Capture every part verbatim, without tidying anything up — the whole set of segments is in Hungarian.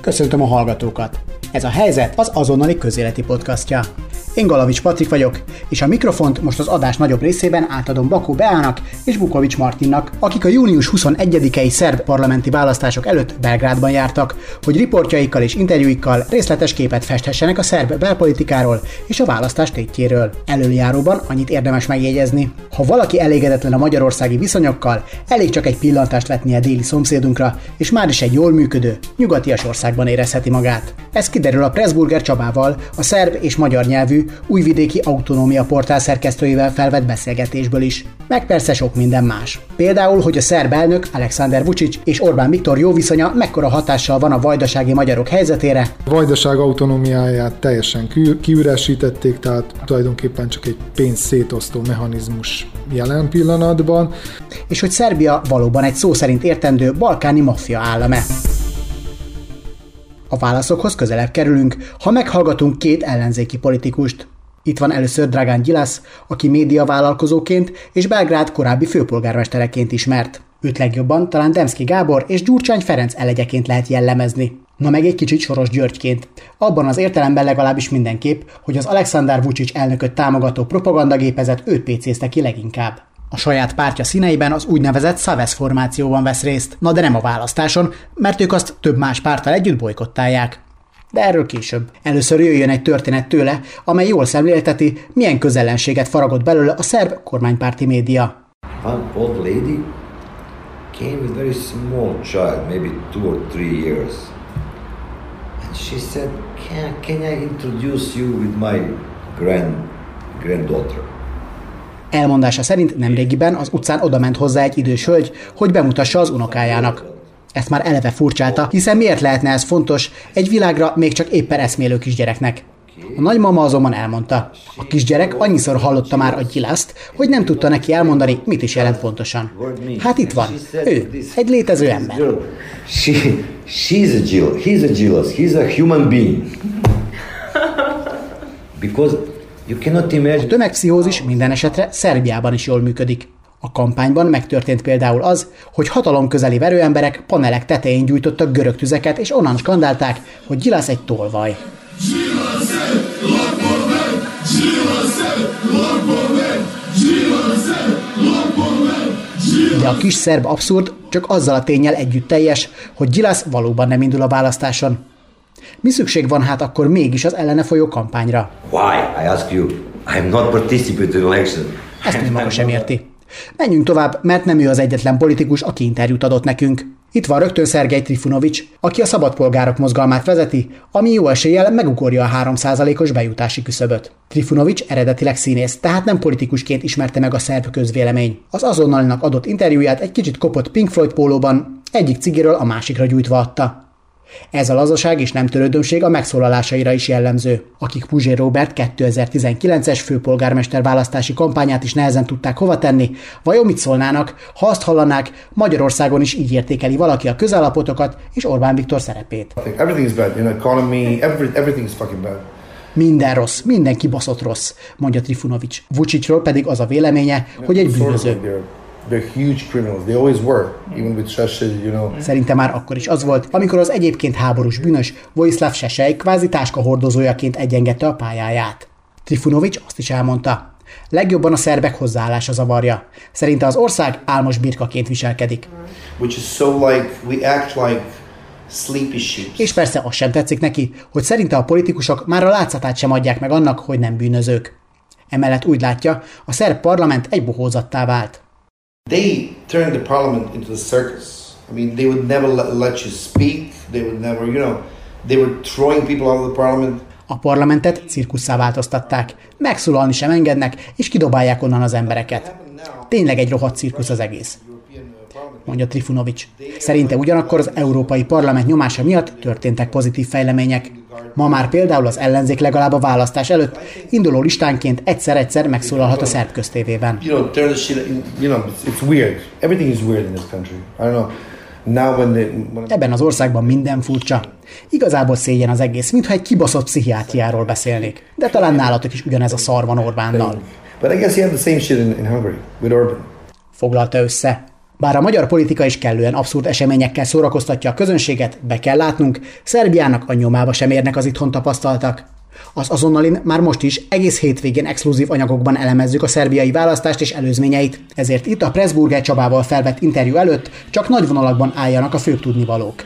Köszöntöm a hallgatókat! Ez a Helyzet az azonnali közéleti podcastja. Én Galavics Patrik vagyok, és a mikrofont most az adás nagyobb részében átadom Bakó Beának és Vukovics Martinnak, akik a június huszonegyedikei szerb parlamenti választások előtt Belgrádban jártak, hogy riportjaikkal és interjúikkal részletes képet festhessenek a szerb belpolitikáról és a választás tétjéről. Előjáróban annyit érdemes megjegyezni: ha valaki elégedetlen a magyarországi viszonyokkal, elég csak egy pillantást vetnie déli szomszédunkra, és már is egy jól működő, nyugatias országban érezheti magát. Ez kiderül a Pressburger Csabával, a szerb és magyar nyelvű Újvidéki Autonómia portál szerkesztőjével felvett beszélgetésből is. Meg persze sok minden más. Például, hogy a szerb elnök Aleksandar Vučić és Orbán Viktor jó viszonya mekkora hatással van a vajdasági magyarok helyzetére. A Vajdaság autonómiáját teljesen kiüresítették, tehát tulajdonképpen csak egy pénz szétosztó mechanizmus jelen pillanatban. És hogy Szerbia valóban egy szó szerint értendő balkáni maffia állame. A válaszokhoz közelebb kerülünk, ha meghallgatunk két ellenzéki politikust. Itt van először Dragan Đilas, aki médiavállalkozóként és Belgrád korábbi főpolgármestereként ismert. Őt legjobban talán Demszky Gábor és Gyurcsány Ferenc elegyeként lehet jellemezni. Na meg egy kicsit Soros Györgyként. Abban az értelemben legalábbis mindenképp, hogy az Aleksandar Vučić elnököt támogató propagandagépezet őt pécézte ki leginkább. A saját pártja színeiben az úgynevezett Savez formációban vesz részt, na de nem a választáson, mert ők azt több más párttal együtt bojkottálják. De erről később. Először jöjjön egy történet tőle, amely jól szemlélteti, milyen közellenséget faragott belőle a szerb kormánypárti média. One old lady came with very small child, maybe two or three years. And she said, can, can I introduce you with my grand, granddaughter? Elmondása szerint nemrégiben az utcán odament hozzá egy idős hölgy, hogy bemutassa az unokájának. Ezt már eleve furcsálta, hiszen miért lehetne ez fontos egy világra még csak éppen eszmélő kisgyereknek. A nagymama azonban elmondta. A kisgyerek annyiszor hallotta már a Đilaszt, hogy nem tudta neki elmondani, mit is jelent pontosan. Hát itt van, ő, egy létező ember. She, she's a Đilas, he's a Đilas, he's a human being. Because you cannot imagine... A tömegpszichózis minden esetre Szerbiában is jól működik. A kampányban megtörtént például az, hogy hatalomközeli verőemberek panelek tetején gyújtottak görög tüzeket, és onnan skandálták, hogy Đilas egy tolvaj. De a kis szerb abszurd csak azzal a ténnyel együtt teljes, hogy Đilas valóban nem indul a választáson. Mi szükség van hát akkor mégis az ellene folyó kampányra? Why? I ask you. I am not participating in election. Ezt ő maga sem érti. Menjünk tovább, mert nem ő az egyetlen politikus, aki interjút adott nekünk. Itt van rögtön Szergej Trifunovics, aki a szabadpolgárok mozgalmát vezeti, ami jó eséllyel megugorja a három százalékos bejutási küszöböt. Trifunovics eredetileg színész, tehát nem politikusként ismerte meg a szerb közvélemény. Az azonnalinak adott interjúját egy kicsit kopott Pink Floyd pólóban, egyik cigiről a másikra gyújtva adta. Ez a lazaság és nem törődömség a megszólalásaira is jellemző, akik Puzsér Róbert kétezer-tizenkilences főpolgármester választási kampányát is nehezen tudták hova tenni, vajon mit szólnának, ha azt hallanák, Magyarországon is így értékeli valaki a közállapotokat és Orbán Viktor szerepét. Everything is bad, in economy, every, everything is fucking bad. Minden rossz, minden kibaszott rossz, mondja Trifunovics. Vučićról pedig az a véleménye, hogy egy bűnöző. They're huge criminals. They always were, even with Šešelj, you know. Szerinte már akkor is az volt, amikor az egyébként háborús bűnös Vojislav Šešelj kvázi táskahordozójaként egyengedte a pályáját. Trifunovics azt is elmondta. Legjobban a szerbek hozzáállása zavarja. Szerinte az ország álmos birkaként viselkedik. Which is so like, we act like sleepy sheep. És persze az sem tetszik neki, hogy szerinte a politikusok már a látszatát sem adják meg annak, hogy nem bűnözők. Emellett úgy látja, a szerb parlament egy bohózattá vált. They turned the parliament into a circus. I mean, they would never let you speak. They would never, you know, they were throwing people out of the parliament. A parlamentet cirkusszá változtatták. Megszólalni sem engednek, és kidobálják onnan az embereket. Tényleg egy rohadt cirkusz az egész, mondja Trifunovics. Szerinte ugyanakkor az Európai Parlament nyomása miatt történtek pozitív fejlemények. Ma már például az ellenzék legalább a választás előtt induló listánként egyszer-egyszer megszólalhat a szerb köztévében. Ebben az országban minden furcsa. Igazából szégyen az egész, mintha egy kibaszott pszichiátriáról beszélnék. De talán nálatok is ugyanez a szar van Orbánnal. But I guess you have the same shit in, in Hungary with Orbán. Foglalta össze. Bár a magyar politika is kellően abszurd eseményekkel szórakoztatja a közönséget, be kell látnunk, Szerbiának a nyomába sem érnek az itthon tapasztaltak. Az azonnalin már most is egész hétvégén exkluzív anyagokban elemezzük a szerbiai választást és előzményeit, ezért itt a Pressburger Csabával felvett interjú előtt csak nagy vonalakban álljanak a főbb tudnivalók.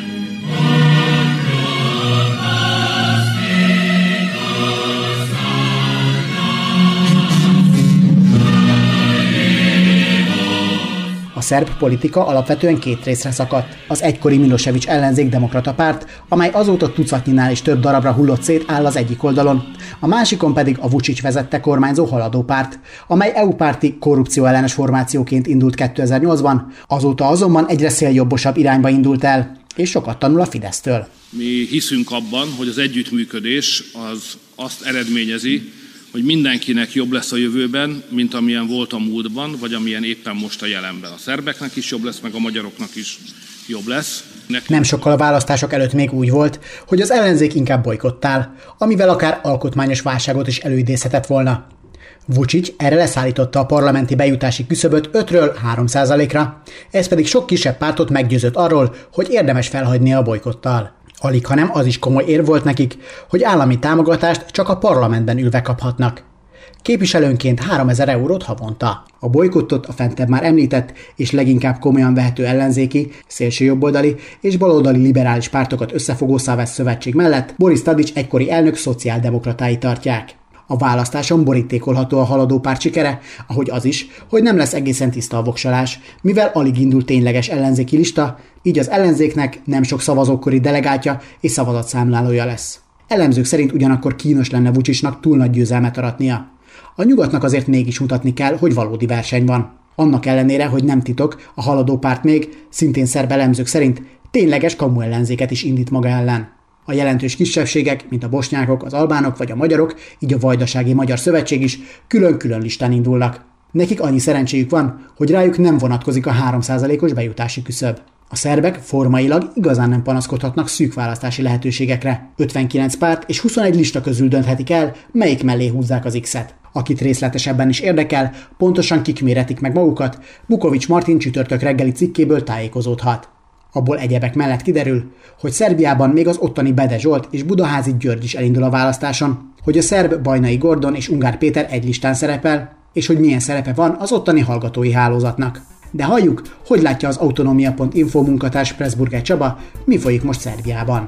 A szerb politika alapvetően két részre szakadt. Az egykori Milosevic ellenzék demokrata párt, amely azóta tucatnyinál is több darabra hullott szét, áll az egyik oldalon. A másikon pedig a Vučić vezette kormányzó haladó párt, amely é u-párti korrupcióellenes formációként indult kétezer-nyolcban, azóta azonban egyre széljobbosabb irányba indult el, és sokat tanul a Fidesztől. Mi hiszünk abban, hogy az együttműködés az azt eredményezi, hogy mindenkinek jobb lesz a jövőben, mint amilyen volt a múltban, vagy amilyen éppen most a jelenben. A szerbeknek is jobb lesz, meg a magyaroknak is jobb lesz. Nekünk... Nem sokkal a választások előtt még úgy volt, hogy az ellenzék inkább bojkottál, amivel akár alkotmányos válságot is előidézhetett volna. Vučić erre leszállította a parlamenti bejutási küszöböt ötről három százalékra, ez pedig sok kisebb pártot meggyőzött arról, hogy érdemes felhagynia a bojkottal. Alig, hanem az is komoly érv volt nekik, hogy állami támogatást csak a parlamentben ülve kaphatnak. Képviselőnként háromezer eurót havonta. A bolykottot a fentebb már említett és leginkább komolyan vehető ellenzéki, szélsőjobboldali és baloldali liberális pártokat összefogó Savez szövetség mellett Boris Tadić egykori elnök szociáldemokratái tartják. A választáson borítékolható a haladó párt sikere, ahogy az is, hogy nem lesz egészen tiszta a voksolás, mivel alig indult tényleges ellenzéki lista, így az ellenzéknek nem sok szavazókori delegátja és szavazatszámlálója lesz. Elemzők szerint ugyanakkor kínos lenne Vučićnak túl nagy győzelmet aratnia. A nyugatnak azért mégis mutatni kell, hogy valódi verseny van. Annak ellenére, hogy nem titok, a haladó párt még, szintén szerb elemzők szerint, tényleges kamu ellenzéket is indít maga ellen. A jelentős kisebbségek, mint a bosnyákok, az albánok vagy a magyarok, így a Vajdasági Magyar Szövetség is külön-külön listán indulnak. Nekik annyi szerencséjük van, hogy rájuk nem vonatkozik a három százalékos bejutási küszöb. A szerbek formailag igazán nem panaszkodhatnak szűk választási lehetőségekre. ötvenkilenc párt és huszonegy lista közül dönthetik el, melyik mellé húzzák az X-et. Akit részletesebben is érdekel, pontosan kik méretik meg magukat, Bukovics Martin csütörtök reggeli cikkéből tájékozódhat. Abból egyebek mellett kiderül, hogy Szerbiában még az ottani Bede Zsolt és Budaházi György is elindul a választáson, hogy a szerb Bajnai Gordon és Ungár Péter egy listán szerepel, és hogy milyen szerepe van az ottani hallgatói hálózatnak. De halljuk, hogy látja az Autonomia pont info munkatárs Pressburger Csaba, mi folyik most Szerbiában.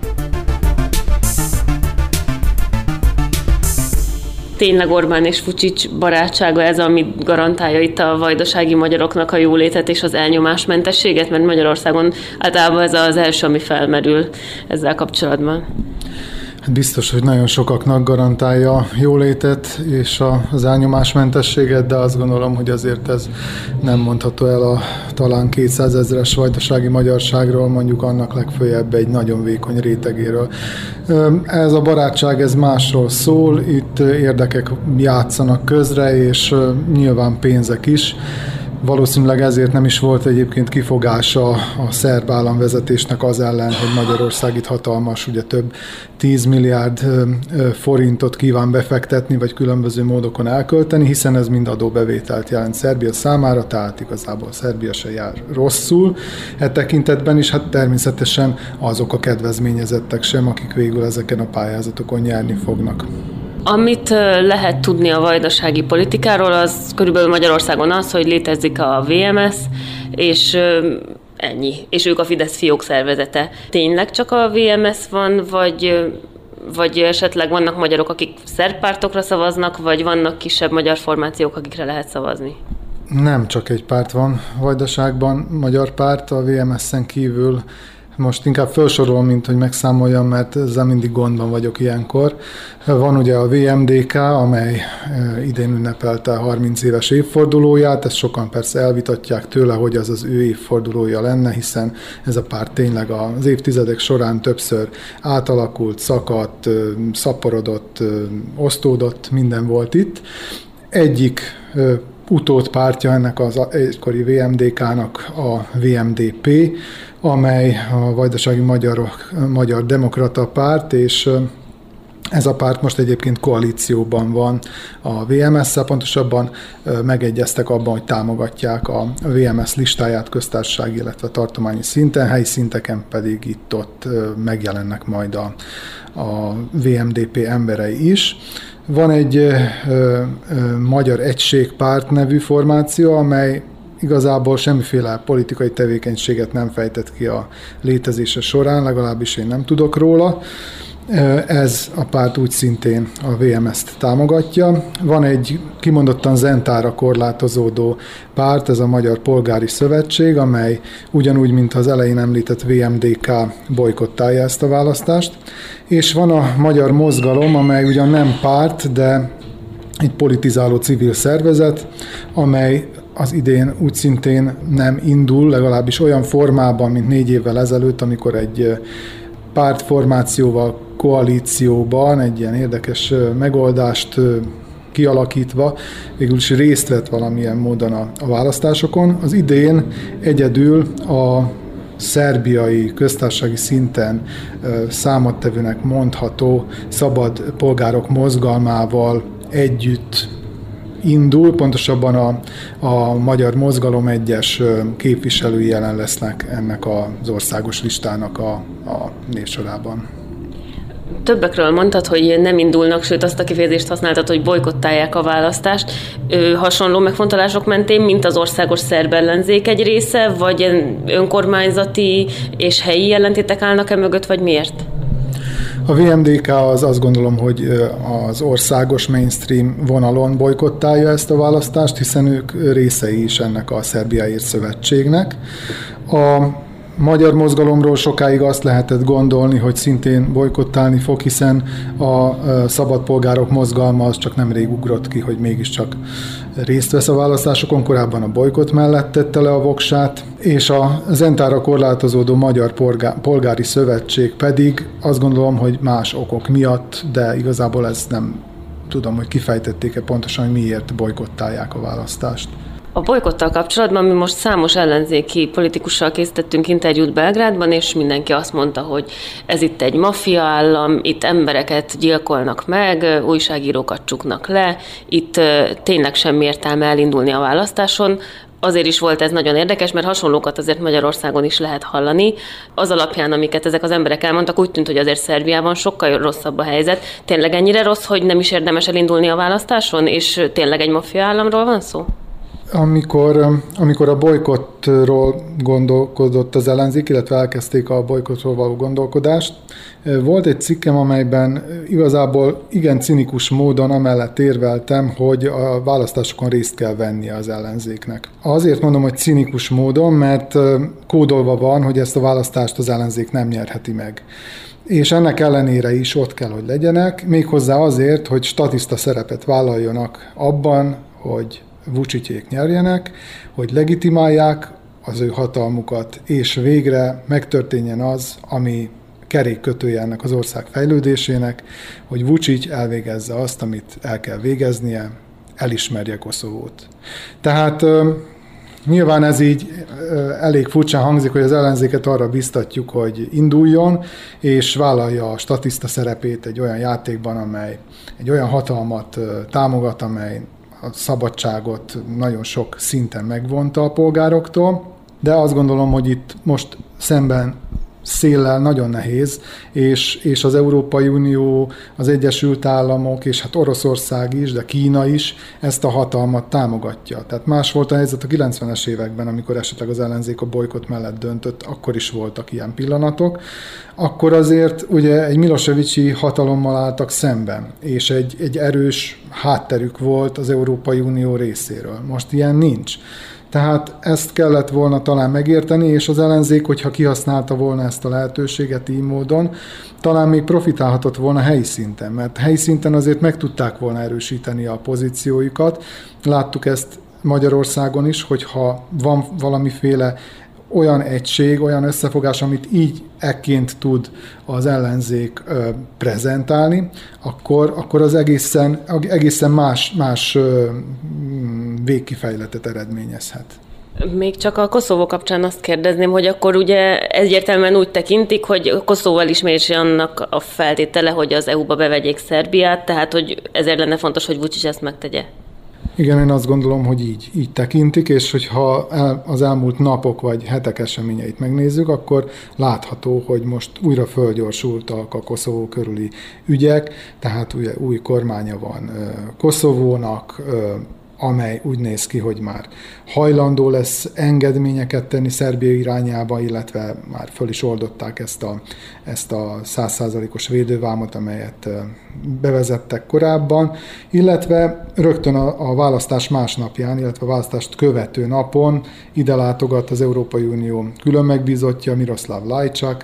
Tényleg Orbán és Vučić barátsága ez, ami garantálja itt a vajdasági magyaroknak a jólétet és az elnyomásmentességet, mert Magyarországon általában ez az első, ami felmerül ezzel kapcsolatban. Biztos, hogy nagyon sokaknak garantálja a jólétet és az elnyomásmentességet, de azt gondolom, hogy azért ez nem mondható el a talán kétszázezres vajdasági magyarságról, mondjuk annak legföljebb egy nagyon vékony rétegéről. Ez a barátság, ez másról szól, itt érdekek játszanak közre, és nyilván pénzek is. Valószínűleg ezért nem is volt egyébként kifogása a szerb államvezetésnek az ellen, hogy Magyarország itt hatalmas, ugye több tíz milliárd forintot kíván befektetni, vagy különböző módokon elkölteni, hiszen ez mind adóbevételt jelent Szerbia számára, tehát igazából Szerbia se jár rosszul. E tekintetben is hát természetesen azok a kedvezményezettek sem, akik végül ezeken a pályázatokon nyerni fognak. Amit lehet tudni a vajdasági politikáról, az körülbelül Magyarországon az, hogy létezik a vé em es, és ennyi. És ők a Fidesz fiók szervezete. Tényleg csak a vé em es van, vagy, vagy esetleg vannak magyarok, akik szerb pártokra szavaznak, vagy vannak kisebb magyar formációk, akikre lehet szavazni? Nem csak egy párt van Vajdaságban, magyar párt, a vé em es-en kívül. Most inkább felsorolom, mint hogy megszámoljam, mert ezzel mindig gondban vagyok ilyenkor. Van ugye a vé em dé ká, amely idén ünnepelte harminc éves évfordulóját, ezt sokan persze elvitatják tőle, hogy az az ő évfordulója lenne, hiszen ez a párt tényleg az évtizedek során többször átalakult, szakadt, szaporodott, osztódott, minden volt itt. Egyik utódpártja ennek az egykori vé em dé ká-nak a vé em dé pé, amely a Vajdasági Magyarok, Magyar Demokrata Párt, és Ez a párt most egyébként koalícióban van a vé em es-szel, pontosabban megegyeztek abban, hogy támogatják a vé em es listáját köztársasági, illetve tartományi szinten, helyi szinteken pedig itt-ott megjelennek majd a, a vé em dé pé emberei is. Van egy ö, ö, Magyar Egységpárt nevű formáció, amely igazából semmiféle politikai tevékenységet nem fejtett ki a létezése során, legalábbis én nem tudok róla. Ez a párt úgy szintén a vé em es-t támogatja. Van egy kimondottan zentára korlátozódó párt, ez a Magyar Polgári Szövetség, amely ugyanúgy, mint az elején említett vé em dé ká bojkottálja ezt a választást. És van a Magyar Mozgalom, amely ugyan nem párt, de egy politizáló civil szervezet, amely az idén úgy szintén nem indul, legalábbis olyan formában, mint négy évvel ezelőtt, amikor egy pártformációval, koalícióban egy ilyen érdekes megoldást kialakítva végül is részt vett valamilyen módon a, a választásokon. Az idén egyedül a szerbiai köztársasági szinten számottevőnek mondható szabad polgárok mozgalmával együtt indul, pontosabban a, a Magyar Mozgalom egyes képviselői jelen lesznek ennek az országos listának a, a névsorában. Többekről mondtad, hogy nem indulnak, sőt azt a kifejezést használtad, hogy bojkottálják a választást. Ö, hasonló megfontolások mentén, mint az országos szerb ellenzék egy része, vagy önkormányzati és helyi ellentétek állnak-e mögött, vagy miért? A vé em dé ká az azt gondolom, hogy az országos mainstream vonalon bojkottálja ezt a választást, hiszen ők részei is ennek a Szerbiáért Szövetségnek. A Magyar Mozgalomról sokáig azt lehetett gondolni, hogy szintén bojkottálni fog, hiszen a szabadpolgárok mozgalma az csak nemrég ugrott ki, hogy mégiscsak részt vesz a választásokon, korábban a bojkott mellett tette le a voksát, és a zentára korlátozódó Magyar Polgári Szövetség pedig azt gondolom, hogy más okok miatt, de igazából ezt nem tudom, hogy kifejtették-e pontosan, hogy miért bojkottálják a választást. A bolykottal kapcsolatban mi most számos ellenzéki politikussal készítettünk interjút Belgrádban, és mindenki azt mondta, hogy ez itt egy maffia állam, itt embereket gyilkolnak meg, újságírókat csuknak le, itt tényleg semmi értelme elindulni a választáson. Azért is volt ez nagyon érdekes, mert hasonlókat azért Magyarországon is lehet hallani. Az alapján, amiket ezek az emberek elmondtak, úgy tűnt, hogy azért Szerbiában sokkal rosszabb a helyzet. Tényleg ennyire rossz, hogy nem is érdemes elindulni a választáson, és tényleg egy maffia államról van szó? Amikor, amikor a bojkottról gondolkodott az ellenzék, illetve elkezdték a bojkottról való gondolkodást, volt egy cikkem, amelyben igazából igen cinikus módon amellett érveltem, hogy a választásokon részt kell vennie az ellenzéknek. Azért mondom, hogy cinikus módon, mert kódolva van, hogy ezt a választást az ellenzék nem nyerheti meg. És ennek ellenére is ott kell, hogy legyenek, méghozzá azért, hogy statiszta szerepet vállaljanak abban, hogy Vučićék nyerjenek, hogy legitimálják az ő hatalmukat, és végre megtörténjen az, ami kerékkötője ennek az ország fejlődésének, hogy Vučić elvégezze azt, amit el kell végeznie, elismerje Koszovót. Tehát nyilván ez így elég furcsán hangzik, hogy az ellenzéket arra biztatjuk, hogy induljon, és vállalja a statiszta szerepét egy olyan játékban, amely egy olyan hatalmat támogat, amely a szabadságot nagyon sok szinten megvonta a polgároktól, de azt gondolom, hogy itt most szemben széllel nagyon nehéz, és, és az Európai Unió, az Egyesült Államok, és hát Oroszország is, de Kína is ezt a hatalmat támogatja. Tehát más volt a helyzet a kilencvenes években, amikor esetleg az ellenzék a bolykott mellett döntött, akkor is voltak ilyen pillanatok. Akkor azért ugye egy Miloševići hatalommal álltak szemben, és egy, egy erős hátterük volt az Európai Unió részéről. Most ilyen nincs. Tehát ezt kellett volna talán megérteni, és az ellenzék, hogyha kihasználta volna ezt a lehetőséget így módon, talán még profitálhatott volna helyi szinten, mert helyi szinten azért meg tudták volna erősíteni a pozíciójukat. Láttuk ezt Magyarországon is, hogyha van valamiféle olyan egység, olyan összefogás, amit így ekként tud az ellenzék ö, prezentálni, akkor, akkor az egészen, egészen más, más ö, végkifejletet eredményezhet. Még csak a Koszovó kapcsán azt kérdezném, hogy akkor ugye egyértelműen úgy tekintik, hogy a Koszovó elismerése annak a feltétele, hogy az é u-ba bevegyék Szerbiát, tehát hogy ezért lenne fontos, hogy Vučić ezt megtegye. Igen, én azt gondolom, hogy így, így tekintik, és hogyha az elmúlt napok vagy hetek eseményeit megnézzük, akkor látható, hogy most újra fölgyorsultak a Koszovó körüli ügyek, tehát ugye új kormánya van Koszovónak, amely úgy néz ki, hogy már hajlandó lesz engedményeket tenni Szerbia irányába, illetve már föl is oldották ezt a, ezt a száz százalékos védővámot, amelyet bevezettek korábban, illetve rögtön a, a választás másnapján, illetve a választást követő napon ide látogat az Európai Unió külön megbízottja, Miroslav Lajčák.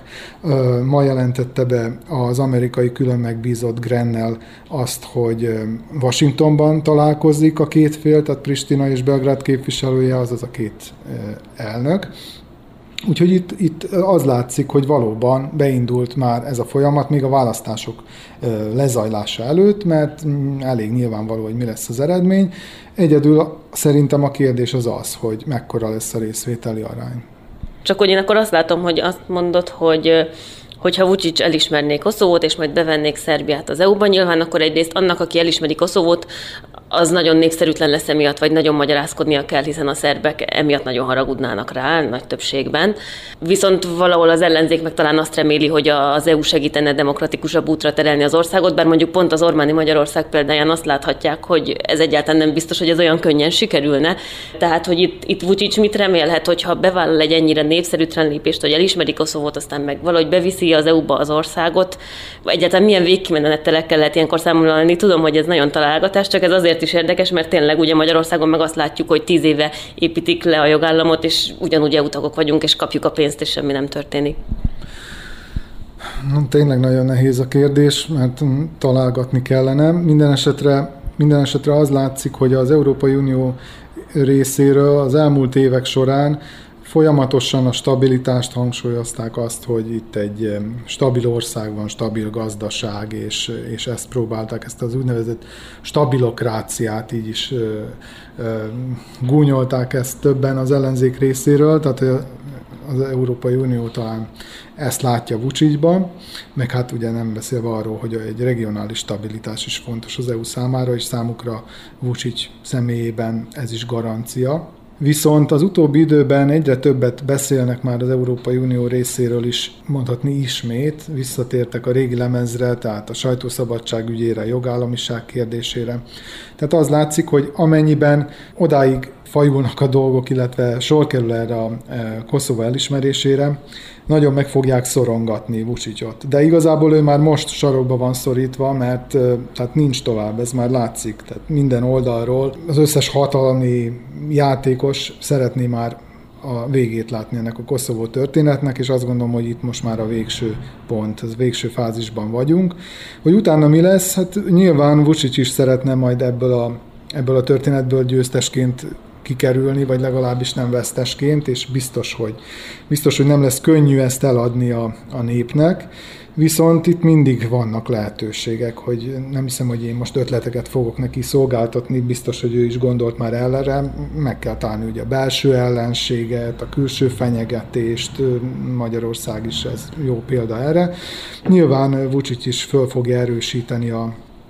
Ma jelentette be az amerikai külön megbízott Grennel azt, hogy Washingtonban találkozik a két fél, tehát Pristina és Belgrád képviselője, azaz a két elnök. Úgyhogy itt, itt az látszik, hogy valóban beindult már ez a folyamat, még a választások lezajlása előtt, mert elég nyilvánvaló, hogy mi lesz az eredmény. Egyedül szerintem a kérdés az az, hogy mekkora lesz a részvételi arány. Csak hogy én akkor azt látom, hogy azt mondod, hogy hogyha Vučić elismerné Koszovót, és majd bevennék Szerbiát az é u-ban, nyilván akkor egyrészt annak, aki elismeri Koszovót, az nagyon népszerűtlen lesz emiatt, vagy nagyon magyarázkodnia kell, hiszen a szerbek emiatt nagyon haragudnának rá, nagy többségben. Viszont valahol az ellenzék meg talán azt reméli, hogy az é u segítene demokratikusabb útra terelni az országot, bár mondjuk pont az Orbáni Magyarország példáján azt láthatják, hogy ez egyáltalán nem biztos, hogy ez olyan könnyen sikerülne. Tehát, hogy itt, itt Vučić mit remélhet, hogyha bevállal egy ennyire népszerűtlen lépést, hogy elismeri Koszovót, aztán meg valahogy beviszi az é u-ba az országot, egyáltalán milyen végkimenettelekkel lehet ilyenkor számolni. Tudom, hogy ez nagyon találgatás, csak ez azért is érdekes, mert tényleg ugye Magyarországon meg azt látjuk, hogy tíz éve építik le a jogállamot, és ugyanúgy é u tagok vagyunk, és kapjuk a pénzt, és semmi nem történik. Na, tényleg nagyon nehéz a kérdés, mert találgatni kellene. Minden esetre, minden esetre az látszik, hogy az Európai Unió részéről az elmúlt évek során folyamatosan a stabilitást hangsúlyozták, azt, hogy itt egy stabil ország van, stabil gazdaság, és, és ezt próbálták, ezt az úgynevezett stabilokráciát így is ö, ö, gúnyolták ezt többen az ellenzék részéről, tehát az Európai Unió talán ezt látja Vučićban, meg hát ugye nem beszélve arról, hogy egy regionális stabilitás is fontos az é u számára, és számukra Vučić személyében ez is garancia. Viszont az utóbbi időben egyre többet beszélnek már az Európai Unió részéről is, mondhatni ismét, visszatértek a régi lemezre, tehát a sajtószabadság ügyére, a jogállamiság kérdésére. Tehát az látszik, hogy amennyiben odáig fajulnak a dolgok, illetve sor kerül erre a Koszovó elismerésére, nagyon meg fogják szorongatni Vučićot. De igazából ő már most sarokba van szorítva, mert tehát nincs tovább, ez már látszik. Tehát minden oldalról az összes hatalmi játékos szeretné már a végét látni ennek a Koszovó történetnek, és azt gondolom, hogy itt most már a végső pont, az végső fázisban vagyunk. Hogy utána mi lesz? Hát nyilván Vučić is szeretne majd ebből a, ebből a történetből győztesként kikerülni, vagy legalábbis nem vesztesként, és biztos, hogy, biztos, hogy nem lesz könnyű ezt eladni a, a népnek, viszont itt mindig vannak lehetőségek, hogy nem hiszem, hogy én most ötleteket fogok neki szolgáltatni, biztos, hogy ő is gondolt már erre, meg kell találni ugye a belső ellenséget, a külső fenyegetést, Magyarország is ez jó példa erre. Nyilván Vučić is föl fogja erősíteni a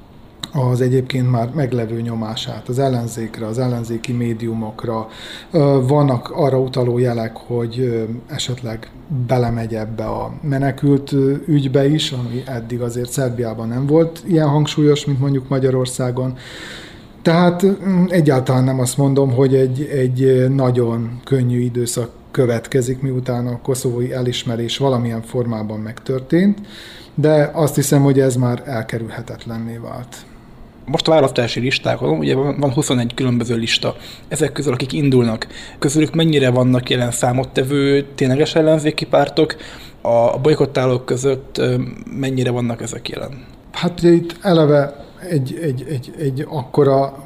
az egyébként már meglevő nyomását az ellenzékre, az ellenzéki médiumokra. Vannak arra utaló jelek, hogy esetleg belemegy ebbe a menekült ügybe is, ami eddig azért Szerbiában nem volt ilyen hangsúlyos, mint mondjuk Magyarországon. Tehát egyáltalán nem azt mondom, hogy egy, egy nagyon könnyű időszak következik, miután a koszovói elismerés valamilyen formában megtörtént, de azt hiszem, hogy ez már elkerülhetetlenné vált. Most a választási listákon ugye van huszonegy különböző lista. Ezek közül, akik indulnak, közülük mennyire vannak jelen számottevő tényleges ellenzéki pártok, a bojkottálók között mennyire vannak ezek jelen? Hát ugye itt eleve egy, egy, egy, egy akkora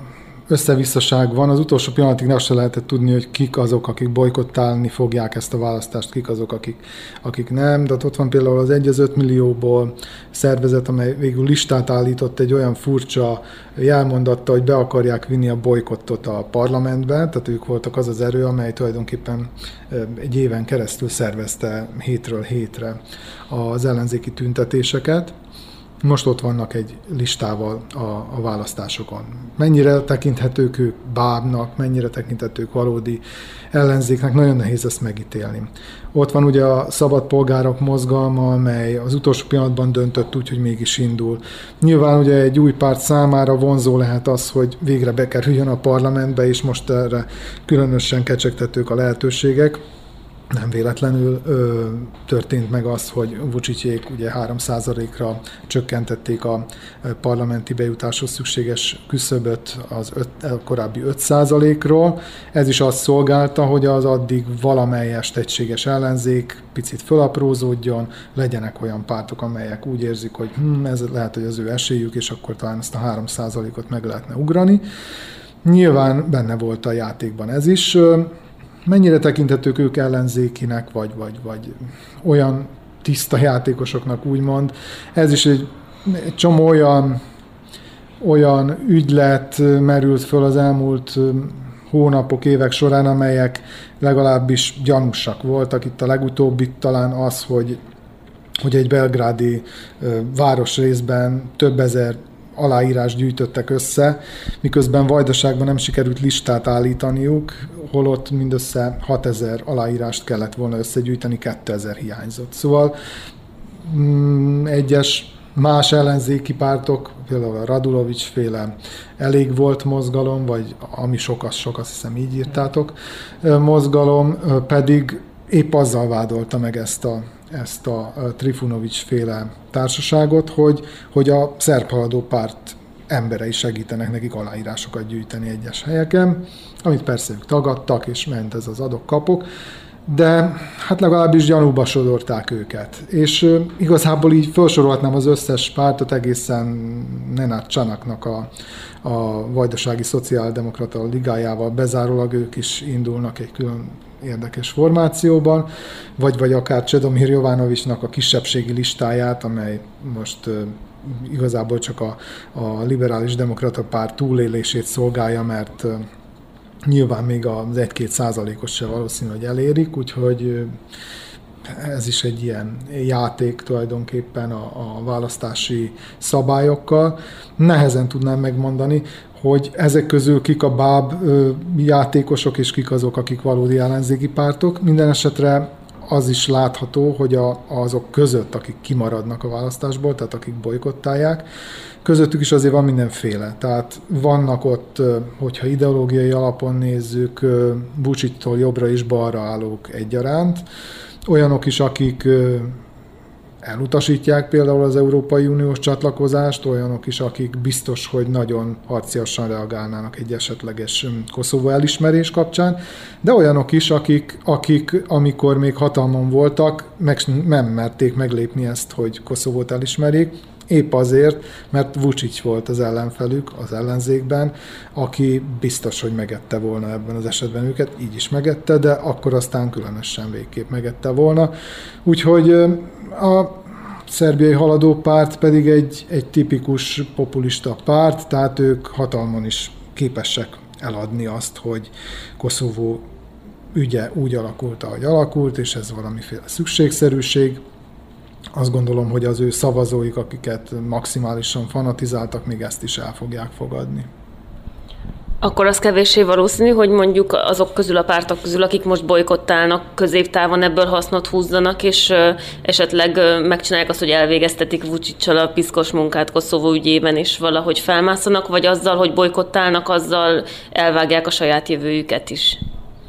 összevisszaság van. Az utolsó pillanatig azt se lehetett tudni, hogy kik azok, akik bojkottálni fogják ezt a választást, kik azok, akik, akik nem. De ott van például az egy az öt millióból szervezet, amely végül listát állított egy olyan furcsa jelmondatta, hogy be akarják vinni a bojkottot a parlamentbe, tehát ők voltak az az erő, amely tulajdonképpen egy éven keresztül szervezte hétről hétre az ellenzéki tüntetéseket. Most ott vannak egy listával a, a választásokon. Mennyire tekinthetők ők bábnak, mennyire tekinthetők valódi ellenzéknek, nagyon nehéz ezt megítélni. Ott van ugye a Szabad Polgárok mozgalma, amely az utolsó pillanatban döntött úgy, hogy mégis indul. Nyilván ugye egy új párt számára vonzó lehet az, hogy végre bekerüljön a parlamentbe, és most erre különösen kecsegtetők a lehetőségek. Nem véletlenül ö, történt meg az, hogy Vučićék ugye három százalékra csökkentették a parlamenti bejutáshoz szükséges küszöböt az öt, a korábbi öt százalékról. Ez is azt szolgálta, hogy az addig valamelyest egységes ellenzék picit fölaprózódjon, legyenek olyan pártok, amelyek úgy érzik, hogy hm, ez lehet, hogy az ő esélyük, és akkor talán ezt a három százalékot meg lehetne ugrani. Nyilván benne volt a játékban ez is. Mennyire tekinthetők ők ellenzékinek, vagy, vagy, vagy olyan tiszta játékosoknak úgymond. Ez is egy, egy csomó olyan, olyan ügylet merült föl az elmúlt hónapok, évek során, amelyek legalábbis gyanúsak voltak. Itt a legutóbbi talán az, hogy, hogy egy belgrádi városrészben több ezer aláírás gyűjtöttek össze, miközben Vajdaságban nem sikerült listát állítaniuk, holott mindössze hatezer aláírást kellett volna összegyűjteni, kétezer hiányzott. Szóval mm, egyes más ellenzéki pártok, például a Radulovics féle Elég volt mozgalom, vagy ami sok, az sok, azt hiszem így írtátok, mozgalom pedig épp azzal vádolta meg ezt a ezt a Trifunovics féle társaságot, hogy, hogy a szerbhaladó párt emberei segítenek nekik aláírásokat gyűjteni egyes helyeken, amit persze ők tagadtak, és ment ez az adok-kapok, de hát legalábbis gyanúba sodorták őket. És uh, igazából így felsorolhatnám az összes pártot, egészen Nenad Csanaknak a, a Vajdasági Szociáldemokrata Ligájával bezárólag ők is indulnak egy külön érdekes formációban, vagy, vagy akár Csedomir Jovanovicsnak a kisebbségi listáját, amely most uh, igazából csak a, a liberális demokrata párt túlélését szolgálja, mert uh, nyilván még az egy-két százalékos se valószínű, hogy elérik, úgyhogy uh, ez is egy ilyen játék tulajdonképpen a, a választási szabályokkal. Nehezen tudnám megmondani, hogy ezek közül kik a báb játékosok, és kik azok, akik valódi ellenzéki pártok. Minden esetre az is látható, hogy a, azok között, akik kimaradnak a választásból, tehát akik bojkottálják, közöttük is azért van mindenféle. Tehát vannak ott, hogyha ideológiai alapon nézzük, Vučićtól jobbra és balra állók egyaránt, olyanok is, akik elutasítják például az Európai Uniós csatlakozást, olyanok is, akik biztos, hogy nagyon harciasan reagálnának egy esetleges Koszovó elismerés kapcsán, de olyanok is, akik, akik amikor még hatalmon voltak, meg nem merték meglépni ezt, hogy Koszovót elismerjék, épp azért, mert Vučić volt az ellenfelük az ellenzékben, aki biztos, hogy megette volna ebben az esetben őket, így is megette, de akkor aztán különösen végképp megette volna. Úgyhogy a szerbiai haladó párt pedig egy, egy tipikus populista párt, tehát ők hatalmon is képesek eladni azt, hogy Koszovó ügye úgy alakult, ahogy alakult, és ez valamiféle szükségszerűség. Azt gondolom, hogy az ő szavazóik, akiket maximálisan fanatizáltak, még ezt is el fogják fogadni. Akkor az kevéssé valószínű, hogy mondjuk azok közül a pártok közül, akik most bojkottálnak, középtávon ebből hasznot húzzanak, és esetleg megcsinálják azt, hogy elvégeztetik Vučićsal a piszkos munkát Koszovó ügyében, és valahogy felmászanak, vagy azzal, hogy bojkottálnak, azzal elvágják a saját jövőjüket is.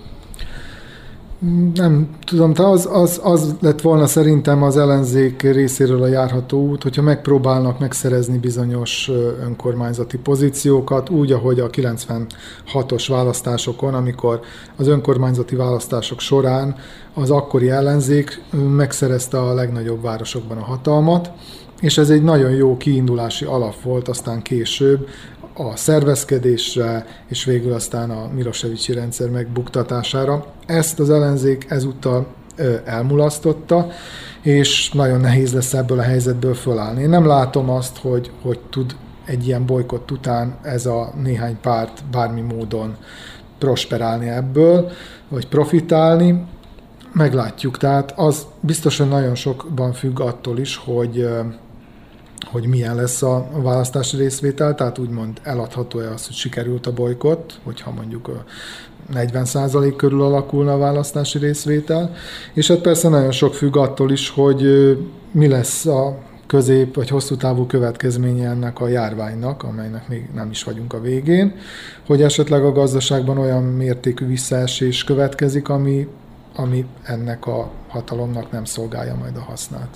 Nem tudom, az, az, az lett volna szerintem az ellenzék részéről a járható út, hogyha megpróbálnak megszerezni bizonyos önkormányzati pozíciókat, úgy, ahogy a kilencvenhatos választásokon, amikor az önkormányzati választások során az akkori ellenzék megszerezte a legnagyobb városokban a hatalmat, és ez egy nagyon jó kiindulási alap volt aztán később a szervezkedésre, és végül aztán a Milosevicsi rendszer megbuktatására. Ezt az ellenzék ezúttal elmulasztotta, és nagyon nehéz lesz ebből a helyzetből fölállni. Én nem látom azt, hogy, hogy tud egy ilyen bolykott után ez a néhány párt bármi módon prosperálni ebből, vagy profitálni. Meglátjuk. Tehát az biztosan nagyon sokban függ attól is, hogy, hogy milyen lesz a választási részvétel, tehát úgymond eladható-e az, hogy sikerült a bolykott, hogyha mondjuk negyven százalék körül alakulna a választási részvétel, és hát persze nagyon sok függ attól is, hogy mi lesz a közép vagy hosszú távú következménye ennek a járványnak, amelynek még nem is vagyunk a végén, hogy esetleg a gazdaságban olyan mértékű visszaesés következik, ami, ami ennek a hatalomnak nem szolgálja majd a hasznát.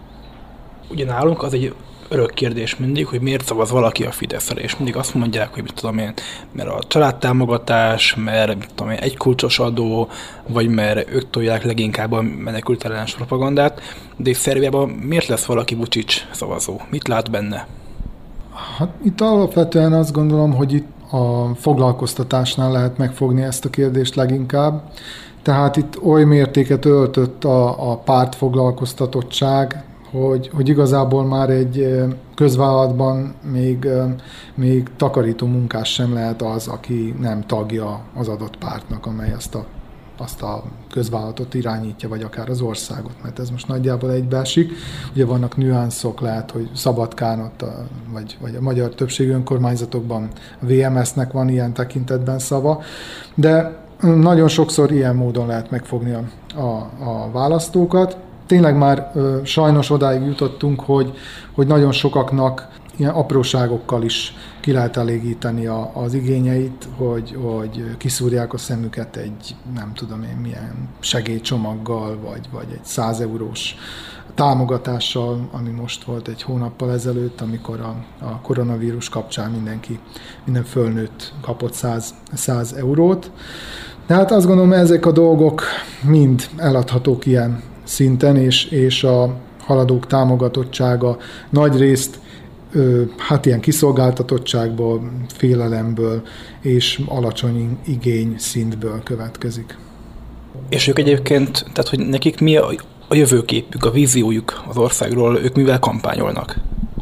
Ugye nálunk az egy örök kérdés mindig, hogy miért szavaz valaki a Fideszre, és mindig azt mondják, hogy mit tudom én, mert a családtámogatás, mert mit tudom én, egy kulcsos adó, vagy mert ők tolják leginkább a menekültellenes propagandát, de és Szerbiában miért lesz valaki Vučić szavazó? Mit lát benne? Hát itt alapvetően azt gondolom, hogy itt a foglalkoztatásnál lehet megfogni ezt a kérdést leginkább. Tehát itt oly mértéket öltött a, a pártfoglalkoztatottság, Hogy, hogy igazából már egy közvállalatban még, még takarító munkás sem lehet az, aki nem tagja az adott pártnak, amely azt a, azt a közvállalatot irányítja, vagy akár az országot, mert ez most nagyjából egybeesik. Ugye vannak nüanszok, lehet, hogy Szabadkán ott, a, vagy, vagy a magyar többségű önkormányzatokban a vé em es-nek van ilyen tekintetben szava, de nagyon sokszor ilyen módon lehet megfogni a, a, a választókat. Tényleg már ö, sajnos odáig jutottunk, hogy, hogy nagyon sokaknak ilyen apróságokkal is ki lehet elégíteni a, az igényeit, hogy, hogy kiszúrják a szemüket egy, nem tudom én milyen segélycsomaggal, vagy, vagy egy száz eurós támogatással, ami most volt egy hónappal ezelőtt, amikor a, a koronavírus kapcsán mindenki, minden fölnőtt kapott száz eurót. De hát azt gondolom, ezek a dolgok mind eladhatók ilyen szinten, és, és a haladók támogatottsága nagyrészt hát ilyen kiszolgáltatottságból, félelemből és alacsony igény szintből következik. És ők egyébként, tehát hogy nekik mi a, a jövőképük, a víziójuk az országról, ők mivel kampányolnak?